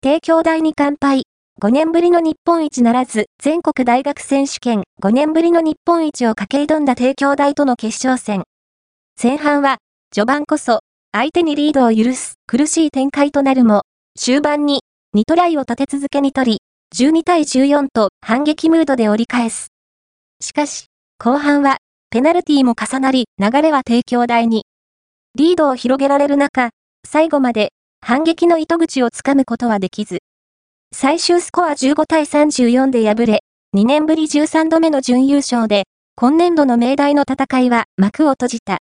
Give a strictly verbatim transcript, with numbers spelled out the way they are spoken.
帝京大に完敗。ごねんぶりの日本一ならず、全国大学選手権ごねんぶりの日本一を駆け挑んだ帝京大との決勝戦。前半は、序盤こそ、相手にリードを許す苦しい展開となるも、終盤ににトライを立て続けに取り、じゅうにたいじゅうよんと反撃ムードで折り返す。しかし、後半は、ペナルティも重なり、流れは帝京大に。リードを広げられる中、最後まで反撃の糸口をつかむことはできず。最終スコアじゅうごたいさんじゅうよんで敗れ、にねんぶりじゅうさんどめの準優勝で、今年度の明大の戦いは幕を閉じた。